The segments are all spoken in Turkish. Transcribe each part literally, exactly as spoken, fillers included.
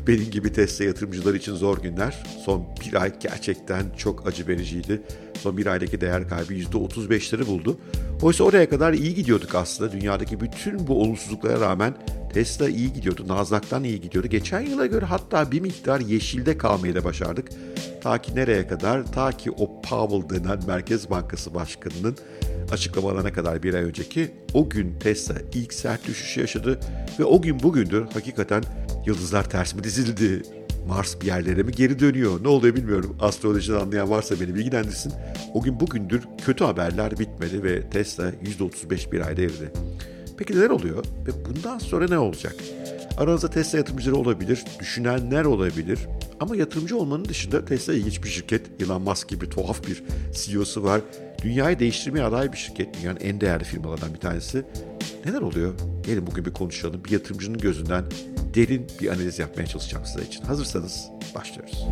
Benim gibi Tesla yatırımcıları için zor günler. Son bir ay gerçekten çok acı vericiydi. Son bir aydaki değer kaybı yüzde otuz beşleri buldu. Oysa oraya kadar iyi gidiyorduk aslında. Dünyadaki bütün bu olumsuzluklara rağmen Tesla iyi gidiyordu. Nasdaq'tan iyi gidiyordu. Geçen yıla göre hatta bir miktar yeşilde kalmayı da başardık. Ta ki nereye kadar? Ta ki o Powell denen Merkez Bankası Başkanı'nın açıklamalarına kadar bir ay önceki o gün Tesla ilk sert düşüşü yaşadı ve o gün bugündür hakikaten yıldızlar ters mi dizildi? Mars bir yerlere mi geri dönüyor? Ne oluyor bilmiyorum. Astrolojiden anlayan varsa beni bilgilendirsin. O gün bugündür kötü haberler bitmedi ve Tesla yüzde otuz beş bir ayda eridi. Peki neler oluyor ve bundan sonra ne olacak? Aranızda Tesla yatırımcıları olabilir, düşünenler olabilir. Ama yatırımcı olmanın dışında Tesla ilginç bir şirket. Elon Musk gibi tuhaf bir C E O'su var. Dünyayı değiştirmeye aday bir şirket. Dünyanın en değerli firmalarından bir tanesi. Neler oluyor? Gelin bugün bir konuşalım. Bir yatırımcının gözünden derin bir analiz yapmaya çalışacağım size için. Hazırsanız başlıyoruz.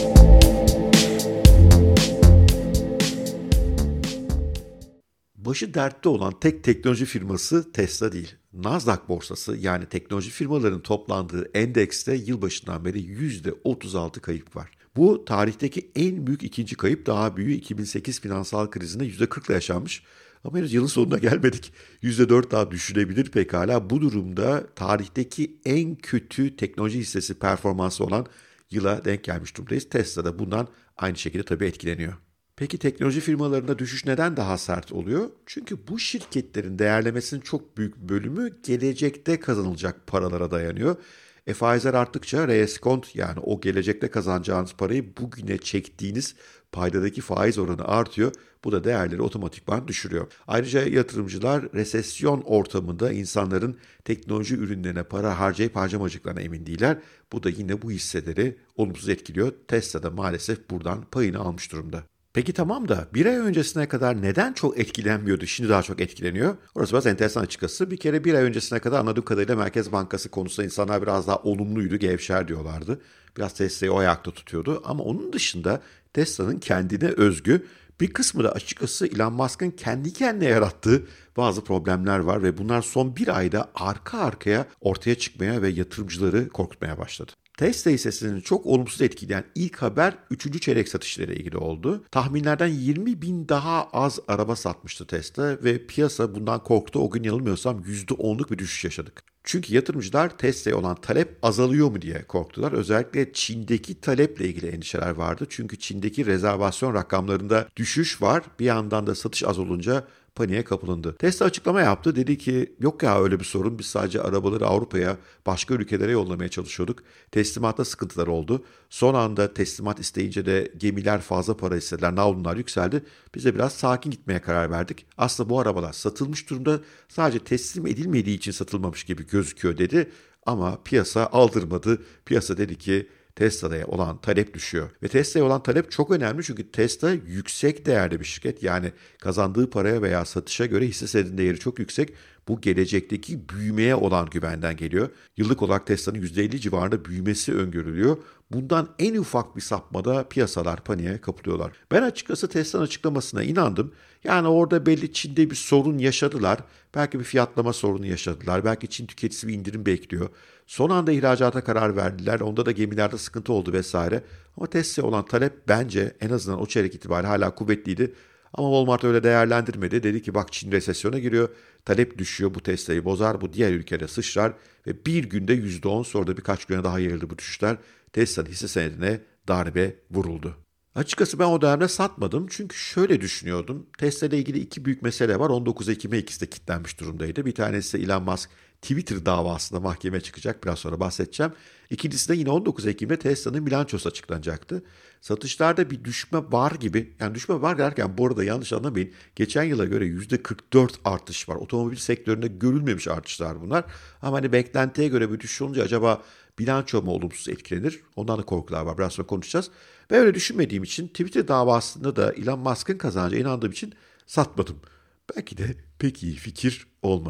Başı dertte olan tek teknoloji firması Tesla değil. Nasdaq borsası yani teknoloji firmalarının toplandığı endekste yılbaşından beri yüzde otuz altı kayıp var. Bu tarihteki en büyük ikinci kayıp, daha büyüğü iki bin sekiz finansal krizinde yüzde kırk ile yaşanmış. Ama henüz yılın sonuna gelmedik. yüzde dört daha düşülebilir pekala. Bu durumda tarihteki en kötü teknoloji hissesi performansı olan yıla denk gelmiş durumdayız. Tesla da bundan aynı şekilde tabii etkileniyor. Peki teknoloji firmalarında düşüş neden daha sert oluyor? Çünkü bu şirketlerin değerlemesinin çok büyük bölümü gelecekte kazanılacak paralara dayanıyor. E faizler arttıkça reskont yani o gelecekte kazanacağınız parayı bugüne çektiğiniz paydadaki faiz oranı artıyor. Bu da değerleri otomatikman düşürüyor. Ayrıca yatırımcılar resesyon ortamında insanların teknoloji ürünlerine para harcayıp harcamacıklarına emin değiller. Bu da yine bu hisseleri olumsuz etkiliyor. Tesla da maalesef buradan payını almış durumda. Peki tamam da bir ay öncesine kadar neden çok etkilenmiyordu, şimdi daha çok etkileniyor? Orası biraz enteresan açıkçası. Bir kere bir ay öncesine kadar anladığım kadarıyla Merkez Bankası konusunda insanlar biraz daha olumluydu, gevşer diyorlardı. Biraz Tesla'yı o ayakta tutuyordu ama onun dışında Tesla'nın kendine özgü bir kısmı da açıkçası Elon Musk'ın kendi kendine yarattığı bazı problemler var ve bunlar son bir ayda arka arkaya ortaya çıkmaya ve yatırımcıları korkutmaya başladı. Tesla hissesini çok olumsuz etkileyen ilk haber üçüncü çeyrek satışlarıyla ilgili oldu. Tahminlerden yirmi bin daha az araba satmıştı Tesla ve piyasa bundan korktu. O gün yanılmıyorsam yüzde onluk bir düşüş yaşadık. Çünkü yatırımcılar Tesla'ya olan talep azalıyor mu diye korktular. Özellikle Çin'deki taleple ilgili endişeler vardı. Çünkü Çin'deki rezervasyon rakamlarında düşüş var. Bir yandan da satış az olunca paniğe kapılındı. Tesla açıklama yaptı. Dedi ki yok ya öyle bir sorun. Biz sadece arabaları Avrupa'ya, başka ülkelere yollamaya çalışıyorduk. Teslimatta sıkıntılar oldu. Son anda teslimat isteyince de gemiler fazla para istediler. Navlunlar yükseldi. Biz de biraz sakin gitmeye karar verdik. Aslında bu arabalar satılmış durumda. Sadece teslim edilmediği için satılmamış gibi gözüküyor dedi. Ama piyasa aldırmadı. Piyasa dedi ki Tesla'ya olan talep düşüyor. Ve Tesla'ya olan talep çok önemli çünkü Tesla yüksek değerli bir şirket. Yani kazandığı paraya veya satışa göre hisse senedinin değeri çok yüksek. Bu gelecekteki büyümeye olan güvenden geliyor. Yıllık olarak Tesla'nın yüzde elli civarında büyümesi öngörülüyor. Bundan en ufak bir sapmada piyasalar paniğe kapılıyorlar. Ben açıkçası Tesla'nın açıklamasına inandım. Yani orada belli Çin'de bir sorun yaşadılar. Belki bir fiyatlama sorunu yaşadılar. Belki Çin tüketicisi bir indirim bekliyor. Son anda ihracata karar verdiler. Onda da gemilerde sıkıntı oldu vesaire. Ama Tesla'ya olan talep bence en azından o çeyrek itibariyle hala kuvvetliydi. Ama Walmart öyle değerlendirmedi. Dedi ki bak Çin resesyona giriyor. Talep düşüyor. Bu Tesla'yı bozar. Bu diğer ülkede sıçrar. Ve bir günde yüzde on sonra da birkaç güne daha yayıldı bu düşüşler. Tesla'nın hisse senedine darbe vuruldu. Açıkçası ben o dönemde satmadım çünkü şöyle düşünüyordum. Tesla ile ilgili iki büyük mesele var. on dokuz Ekim'e ikisi de kilitlenmiş durumdaydı. Bir tanesi Elon Musk Twitter davasında mahkemeye çıkacak. Biraz sonra bahsedeceğim. İkincisi de yine on dokuz Ekim'de Tesla'nın bilançosu açıklanacaktı. Satışlarda bir düşme var gibi. Yani düşme var derken bu arada yanlış anlamayın. Geçen yıla göre yüzde kırk dört artış var. Otomobil sektöründe görülmemiş artışlar bunlar. Ama hani beklentiye göre bir düşüş olunca acaba bilanço mu olumsuz etkilenir? Ondan da korkular var. Biraz sonra konuşacağız. Ben öyle düşünmediğim için Twitter davasında da Elon Musk'ın kazanacağına inandığım için satmadım. Belki de pek iyi fikir olmadı.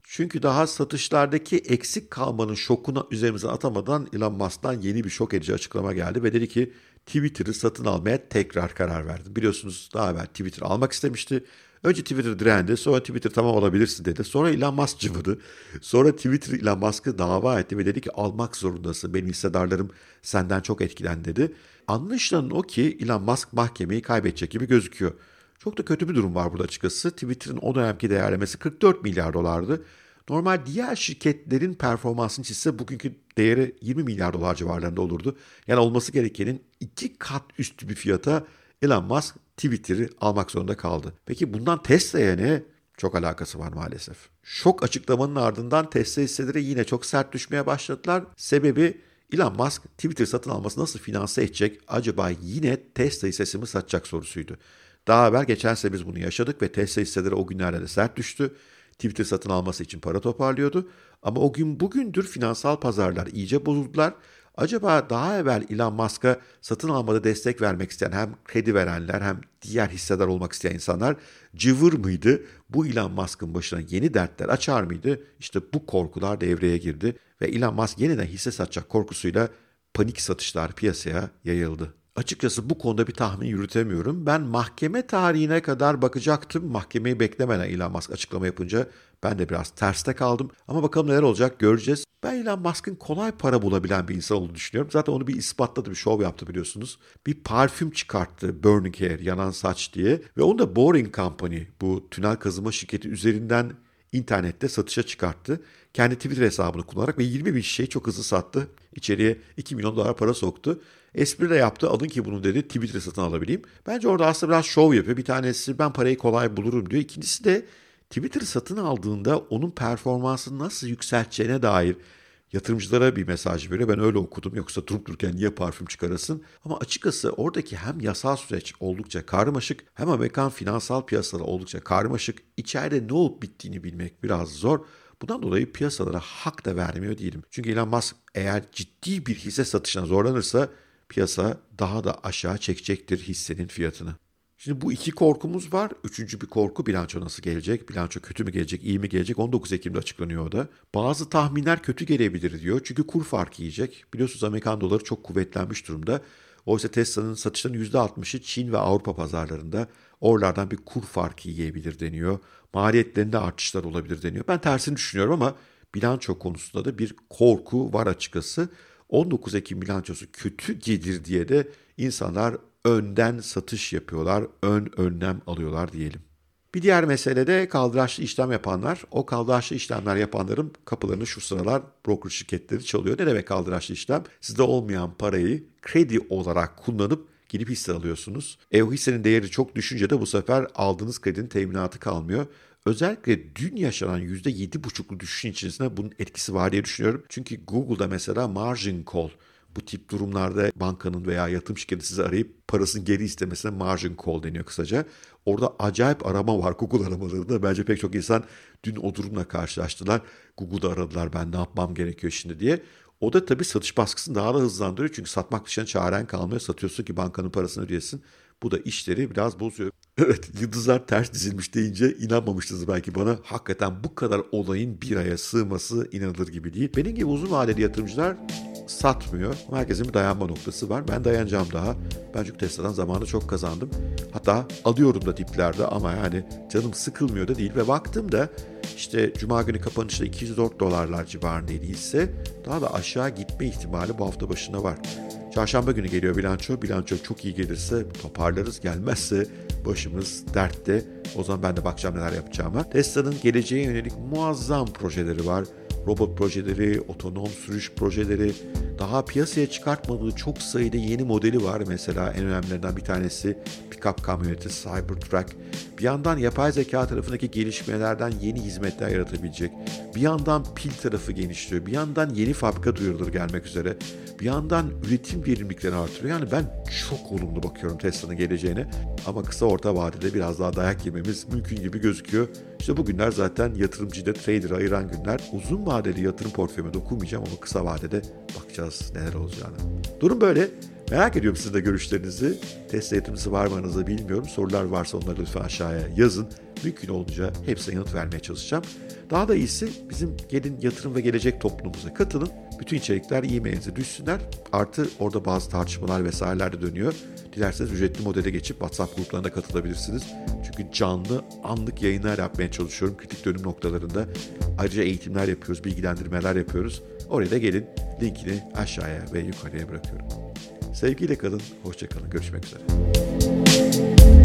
Çünkü daha satışlardaki eksik kalmanın şokuna üzerimize atamadan Elon Musk'tan yeni bir şok edici açıklama geldi ve dedi ki Twitter'ı satın almaya tekrar karar verdim. Biliyorsunuz daha evvel Twitter almak istemişti. Önce Twitter direndi, sonra Twitter tamam alabilirsin dedi. Sonra Elon Musk cıvıdı. Sonra Twitter Elon Musk'ı dava etti ve dedi ki almak zorundasın. Benim hissedarlarım senden çok etkilendi dedi. Anlaşılan o ki Elon Musk mahkemeyi kaybedecek gibi gözüküyor. Çok da kötü bir durum var burada açıkçası. Twitter'ın o dönemki değerlemesi kırk dört milyar dolardı. Normal diğer şirketlerin performansını çizse bugünkü değeri yirmi milyar dolar civarlarında olurdu. Yani olması gerekenin iki kat üstü bir fiyata Elon Musk Twitter'ı almak zorunda kaldı. Peki bundan Tesla'ya ne? Çok alakası var maalesef. Şok açıklamanın ardından Tesla hisseleri yine çok sert düşmeye başladılar. Sebebi Elon Musk Twitter satın alması nasıl finanse edecek? Acaba yine Tesla hissesi mi satacak sorusuydu. Daha evvel geçen sene biz bunu yaşadık ve Tesla hisseleri o günlerde de sert düştü. Twitter satın alması için para toparlıyordu. Ama o gün bugündür finansal pazarlar iyice bozuldular. Acaba daha evvel Elon Musk'a satın almada destek vermek isteyen hem kredi verenler hem diğer hissedar olmak isteyen insanlar cıvır mıydı? Bu Elon Musk'ın başına yeni dertler açar mıydı? İşte bu korkular devreye girdi ve Elon Musk yeniden hisse satacak korkusuyla panik satışlar piyasaya yayıldı. Açıkçası bu konuda bir tahmin yürütemiyorum. Ben mahkeme tarihine kadar bakacaktım. Mahkemeyi beklemeden Elon Musk açıklama yapınca ben de biraz terste kaldım. Ama bakalım neler olacak göreceğiz. Ben Elon Musk'ın kolay para bulabilen bir insan olduğunu düşünüyorum. Zaten onu bir ispatladı, bir şov yaptı biliyorsunuz. Bir parfüm çıkarttı, Burning Hair, yanan saç diye. Ve onu da Boring Company, bu tünel kazıma şirketi üzerinden internette satışa çıkarttı. Kendi Twitter hesabını kullanarak ve yirmi bin şişeyi çok hızlı sattı. İçeriye iki milyon dolar para soktu. Espri de yaptı. Alın ki bunu dedi. Twitter'ı satın alabileyim. Bence orada aslında biraz şov yapıyor. Bir tanesi ben parayı kolay bulurum diyor. İkincisi de Twitter'ı satın aldığında onun performansını nasıl yükselteceğine dair yatırımcılara bir mesaj veriyor. Ben öyle okudum. Yoksa durup dururken niye parfüm çıkarasın? Ama açıkçası oradaki hem yasal süreç oldukça karmaşık hem Amerikan finansal piyasaları oldukça karmaşık. İçeride ne olup bittiğini bilmek biraz zor. Bundan dolayı piyasalara hak da vermiyor değilim. Çünkü Elon Musk eğer ciddi bir hisse satışına zorlanırsa piyasa daha da aşağı çekecektir hissenin fiyatını. Şimdi bu iki korkumuz var. Üçüncü bir korku bilanço nasıl gelecek? Bilanço kötü mü gelecek, iyi mi gelecek? on dokuz Ekim'de açıklanıyor o da. Bazı tahminler kötü gelebilir diyor. Çünkü kur farkı yiyecek. Biliyorsunuz Amerikan doları çok kuvvetlenmiş durumda. Oysa Tesla'nın satışlarının yüzde altmışı Çin ve Avrupa pazarlarında. Oralardan bir kur farkı yiyebilir deniyor. Maliyetlerinde artışlar olabilir deniyor. Ben tersini düşünüyorum ama bilanço konusunda da bir korku var açıkçası. on dokuz Ekim bilançosu kötü gelir diye de insanlar önden satış yapıyorlar, ön önlem alıyorlar diyelim. Bir diğer mesele de kaldıraçlı işlem yapanlar. O kaldıraçlı işlemler yapanların kapılarını şu sıralar broker şirketleri çalıyor. Ne demek kaldıraçlı işlem? Sizde olmayan parayı kredi olarak kullanıp gidip hisse alıyorsunuz. E o hissenin değeri çok düşünce de bu sefer aldığınız kredinin teminatı kalmıyor. Özellikle dün yaşanan yüzde yedi buçuklu düşüşün içerisinde bunun etkisi var diye düşünüyorum. Çünkü Google'da mesela margin call, bu tip durumlarda bankanın veya yatırım şirketi sizi arayıp parasını geri istemesine margin call deniyor kısaca. Orada acayip arama var Google aramalarında. Bence pek çok insan dün o durumla karşılaştılar. Google'da aradılar ben ne yapmam gerekiyor şimdi diye. O da tabii satış baskısını daha da hızlandırıyor. Çünkü satmak dışında çaren kalmıyor. Satıyorsun ki bankanın parasını ödeyesin. Bu da işleri biraz bozuyor. Evet, yıldızlar ters dizilmiş deyince inanmamıştınız belki bana. Hakikaten bu kadar olayın bir aya sığması inanılır gibi değil. Benim gibi uzun vadeli yatırımcılar satmıyor. Herkesin bir dayanma noktası var. Ben dayanacağım daha. Ben çünkü Tesla'dan zamanında çok kazandım. Hatta alıyorum da diplerde ama yani canım sıkılmıyor da değil. Ve baktığımda işte Cuma günü kapanışta iki yüz dört dolarlar civarındaydı hisse. Daha da aşağı gitme ihtimali bu hafta başında var. Çarşamba günü geliyor bilanço. Bilanço çok iyi gelirse toparlarız. Gelmezse başımız dertte. O zaman ben de bakacağım neler yapacağıma. Tesla'nın geleceğe yönelik muazzam projeleri var. Robot projeleri, otonom sürüş projeleri, daha piyasaya çıkartmadığı çok sayıda yeni modeli var. Mesela en önemlilerinden bir tanesi pick-up kamyoneti Cybertruck. Bir yandan yapay zeka tarafındaki gelişmelerden yeni hizmetler yaratabilecek. Bir yandan pil tarafı genişliyor. Bir yandan yeni fabrika duyurulur gelmek üzere. Bir yandan üretim verimliliklerini artırıyor. Yani ben çok olumlu bakıyorum Tesla'nın geleceğine. Ama kısa orta vadede biraz daha dayak yememiz mümkün gibi gözüküyor. İşte bu günler zaten yatırımcıyı da trader'ı ayıran günler. Uzun vadeli yatırım portföyüme dokunmayacağım ama kısa vadede bakacağız neler olacağını. Durum böyle. Merak ediyorum sizin de görüşlerinizi. Tesla yatırımcısı var mı aranızda bilmiyorum. Sorular varsa onları lütfen aşağıya yazın. Mümkün olunca hepsine yanıt vermeye çalışacağım. Daha da iyisi bizim gelin yatırım ve gelecek toplumumuza katılın. Bütün içerikler e-mailinize düşsünler. Artı orada bazı tartışmalar vesaireler de dönüyor. Dilerseniz ücretli modele geçip WhatsApp gruplarına katılabilirsiniz. Çünkü canlı, anlık yayınlar yapmaya çalışıyorum kritik dönüm noktalarında. Ayrıca eğitimler yapıyoruz, bilgilendirmeler yapıyoruz. Oraya da gelin. Linkini aşağıya ve yukarıya bırakıyorum. Sevgiyle kalın, hoşça kalın. Görüşmek üzere.